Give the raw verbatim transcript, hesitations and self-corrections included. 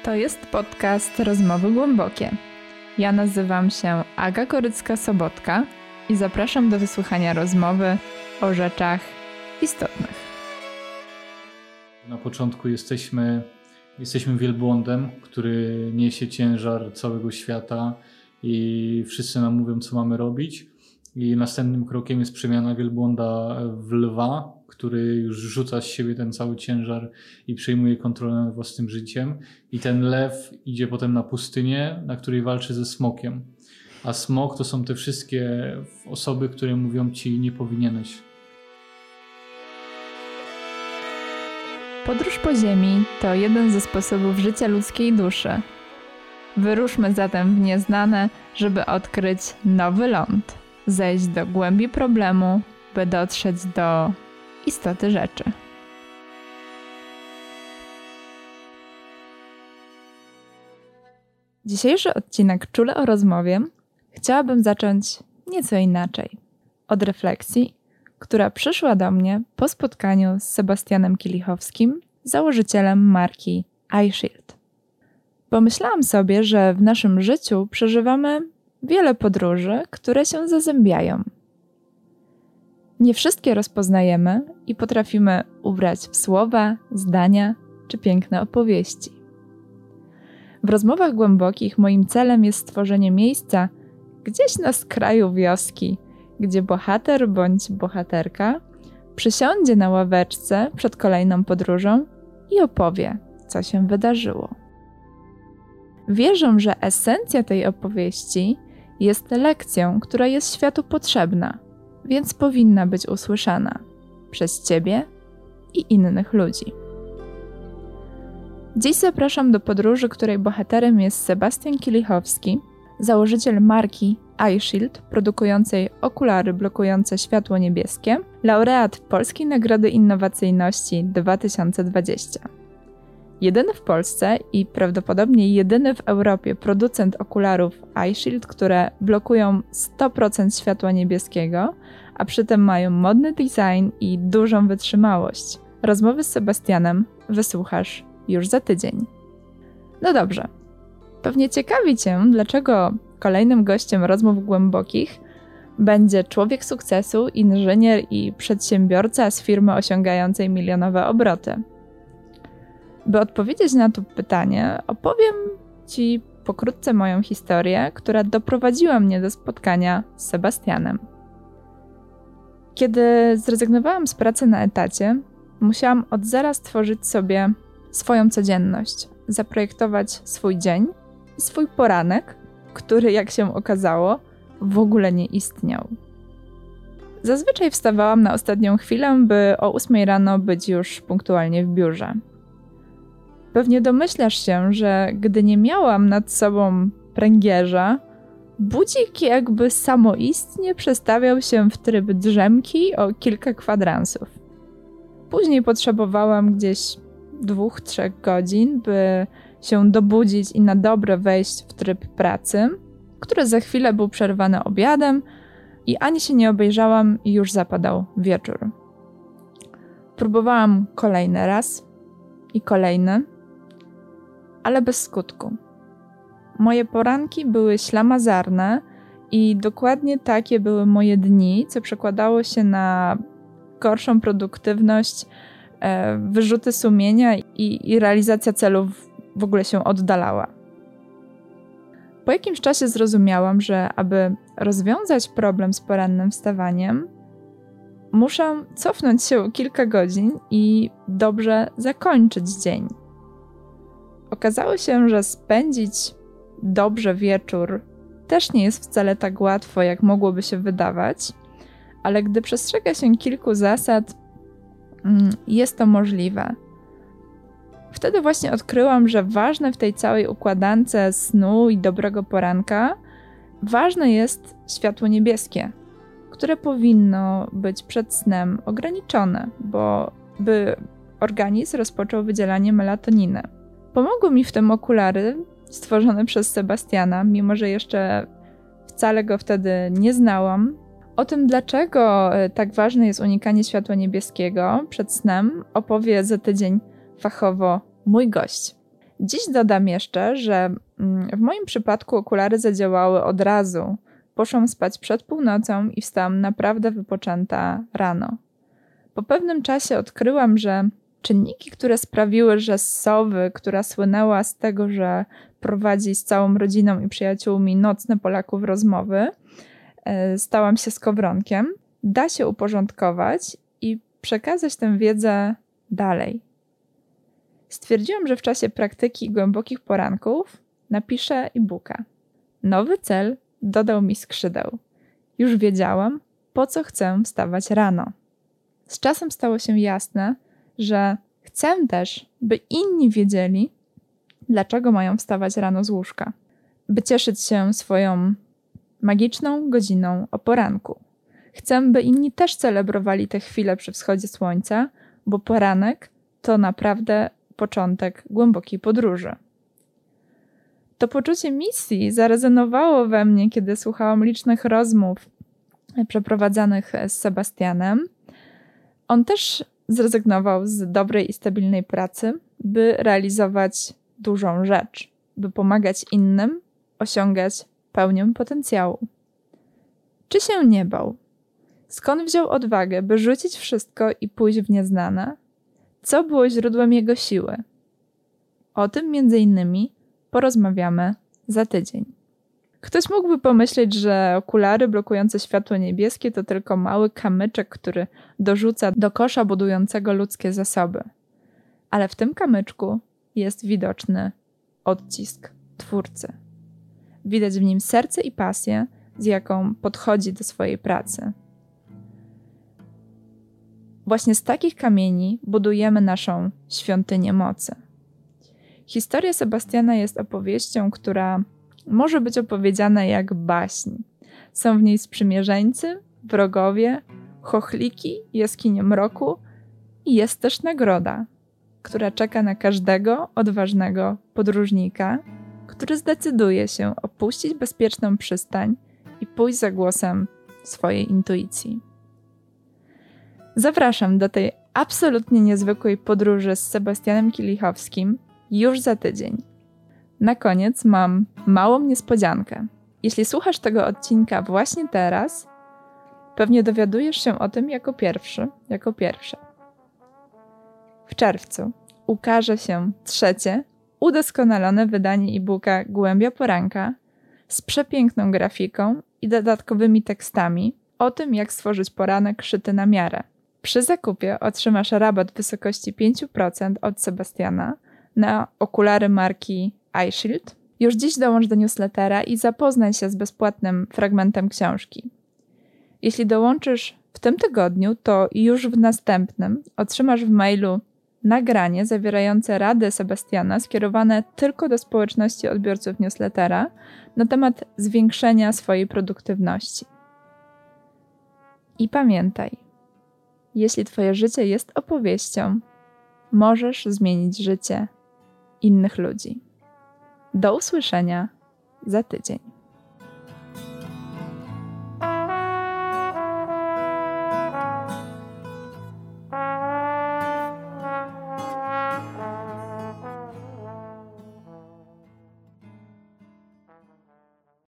To jest podcast Rozmowy Głębokie. Ja nazywam się Aga Korycka-Sobotka i zapraszam do wysłuchania rozmowy o rzeczach istotnych. Na początku jesteśmy, jesteśmy wielbłądem, który niesie ciężar całego świata i wszyscy nam mówią, co mamy robić. I następnym krokiem jest przemiana wielbłąda w lwa, który już rzuca z siebie ten cały ciężar i przejmuje kontrolę nad własnym życiem. I ten lew idzie potem na pustynię, na której walczy ze smokiem. A smok to są te wszystkie osoby, które mówią ci, nie powinieneś. Podróż po ziemi to jeden ze sposobów życia ludzkiej duszy. Wyruszmy zatem w nieznane, żeby odkryć nowy ląd, zejść do głębi problemu, by dotrzeć do istoty rzeczy. Dzisiejszy odcinek Czule o rozmowie chciałabym zacząć nieco inaczej. Od refleksji, która przyszła do mnie po spotkaniu z Sebastianem Kielichowskim, założycielem marki iShield. Pomyślałam sobie, że w naszym życiu przeżywamy wiele podróży, które się zazębiają. Nie wszystkie rozpoznajemy i potrafimy ubrać w słowa, zdania czy piękne opowieści. W rozmowach głębokich moim celem jest stworzenie miejsca gdzieś na skraju wioski, gdzie bohater bądź bohaterka przysiądzie na ławeczce przed kolejną podróżą i opowie, co się wydarzyło. Wierzę, że esencja tej opowieści jest lekcją, która jest światu potrzebna, więc powinna być usłyszana przez Ciebie i innych ludzi. Dziś zapraszam do podróży, której bohaterem jest Sebastian Kielichowski, założyciel marki iShield, produkującej okulary blokujące światło niebieskie, laureat Polskiej Nagrody Innowacyjności dwa tysiące dwudziesty. Jedyny w Polsce i prawdopodobnie jedyny w Europie producent okularów iShield, które blokują sto procent światła niebieskiego, a przy tym mają modny design i dużą wytrzymałość. Rozmowy z Sebastianem wysłuchasz już za tydzień. No dobrze. Pewnie ciekawi Cię, dlaczego kolejnym gościem rozmów głębokich będzie człowiek sukcesu, inżynier i przedsiębiorca z firmy osiągającej milionowe obroty. By odpowiedzieć na to pytanie, opowiem Ci pokrótce moją historię, która doprowadziła mnie do spotkania z Sebastianem. Kiedy zrezygnowałam z pracy na etacie, musiałam od zera stworzyć sobie swoją codzienność, zaprojektować swój dzień i swój poranek, który, jak się okazało, w ogóle nie istniał. Zazwyczaj wstawałam na ostatnią chwilę, by o ósmej rano być już punktualnie w biurze. Pewnie domyślasz się, że gdy nie miałam nad sobą pręgierza, budzik jakby samoistnie przestawiał się w tryb drzemki o kilka kwadransów. Później potrzebowałam gdzieś dwóch, trzech godzin, by się dobudzić i na dobre wejść w tryb pracy, który za chwilę był przerwany obiadem i ani się nie obejrzałam i już zapadał wieczór. Próbowałam kolejny raz i kolejny, ale bez skutku. Moje poranki były ślamazarne i dokładnie takie były moje dni, co przekładało się na gorszą produktywność, e, wyrzuty sumienia i, i realizacja celów w ogóle się oddalała. Po jakimś czasie zrozumiałam, że aby rozwiązać problem z porannym wstawaniem, muszę cofnąć się o kilka godzin i dobrze zakończyć dzień. Okazało się, że spędzić dobrze wieczór też nie jest wcale tak łatwo, jak mogłoby się wydawać, ale gdy przestrzega się kilku zasad, jest to możliwe. Wtedy właśnie odkryłam, że ważne w tej całej układance snu i dobrego poranka, ważne jest światło niebieskie, które powinno być przed snem ograniczone, bo by organizm rozpoczął wydzielanie melatoniny. Pomogły mi w tym okulary stworzone przez Sebastiana, mimo że jeszcze wcale go wtedy nie znałam. O tym, dlaczego tak ważne jest unikanie światła niebieskiego przed snem, opowie za tydzień fachowo mój gość. Dziś dodam jeszcze, że w moim przypadku okulary zadziałały od razu. Poszłam spać przed północą i wstałam naprawdę wypoczęta rano. Po pewnym czasie odkryłam, że czynniki, które sprawiły, że z Sowy, która słynęła z tego, że prowadzi z całą rodziną i przyjaciółmi nocne Polaków rozmowy, stałam się skowronkiem, da się uporządkować i przekazać tę wiedzę dalej. Stwierdziłam, że w czasie praktyki głębokich poranków napiszę e-booka. Nowy cel dodał mi skrzydeł. Już wiedziałam, po co chcę wstawać rano. Z czasem stało się jasne, że chcę też, by inni wiedzieli, dlaczego mają wstawać rano z łóżka. By cieszyć się swoją magiczną godziną o poranku. Chcę, by inni też celebrowali te chwile przy wschodzie słońca, bo poranek to naprawdę początek głębokiej podróży. To poczucie misji zarezonowało we mnie, kiedy słuchałam licznych rozmów przeprowadzanych z Sebastianem. On też zrezygnował z dobrej i stabilnej pracy, by realizować dużą rzecz, by pomagać innym osiągać pełnię potencjału. Czy się nie bał? Skąd wziął odwagę, by rzucić wszystko i pójść w nieznane? Co było źródłem jego siły? O tym między innymi porozmawiamy za tydzień. Ktoś mógłby pomyśleć, że okulary blokujące światło niebieskie to tylko mały kamyczek, który dorzuca do kosza budującego ludzkie zasoby. Ale w tym kamyczku jest widoczny odcisk Twórcy. Widać w nim serce i pasję, z jaką podchodzi do swojej pracy. Właśnie z takich kamieni budujemy naszą świątynię mocy. Historia Sebastiana jest opowieścią, która może być opowiedziana jak baśń. Są w niej sprzymierzeńcy, wrogowie, chochliki, jaskinie mroku i jest też nagroda, która czeka na każdego odważnego podróżnika, który zdecyduje się opuścić bezpieczną przystań i pójść za głosem swojej intuicji. Zapraszam do tej absolutnie niezwykłej podróży z Sebastianem Kielichowskim już za tydzień. Na koniec mam małą niespodziankę. Jeśli słuchasz tego odcinka właśnie teraz, pewnie dowiadujesz się o tym jako pierwszy, jako pierwsza. W czerwcu ukaże się trzecie, udoskonalone wydanie e-booka Głębia Poranka z przepiękną grafiką i dodatkowymi tekstami o tym, jak stworzyć poranek szyty na miarę. Przy zakupie otrzymasz rabat w wysokości pięć procent od Sebastiana na okulary marki iShield. Już dziś dołącz do newslettera i zapoznaj się z bezpłatnym fragmentem książki. Jeśli dołączysz w tym tygodniu, to już w następnym otrzymasz w mailu nagranie zawierające rady Sebastiana skierowane tylko do społeczności odbiorców newslettera na temat zwiększenia swojej produktywności. I pamiętaj, jeśli twoje życie jest opowieścią, możesz zmienić życie innych ludzi. Do usłyszenia za tydzień.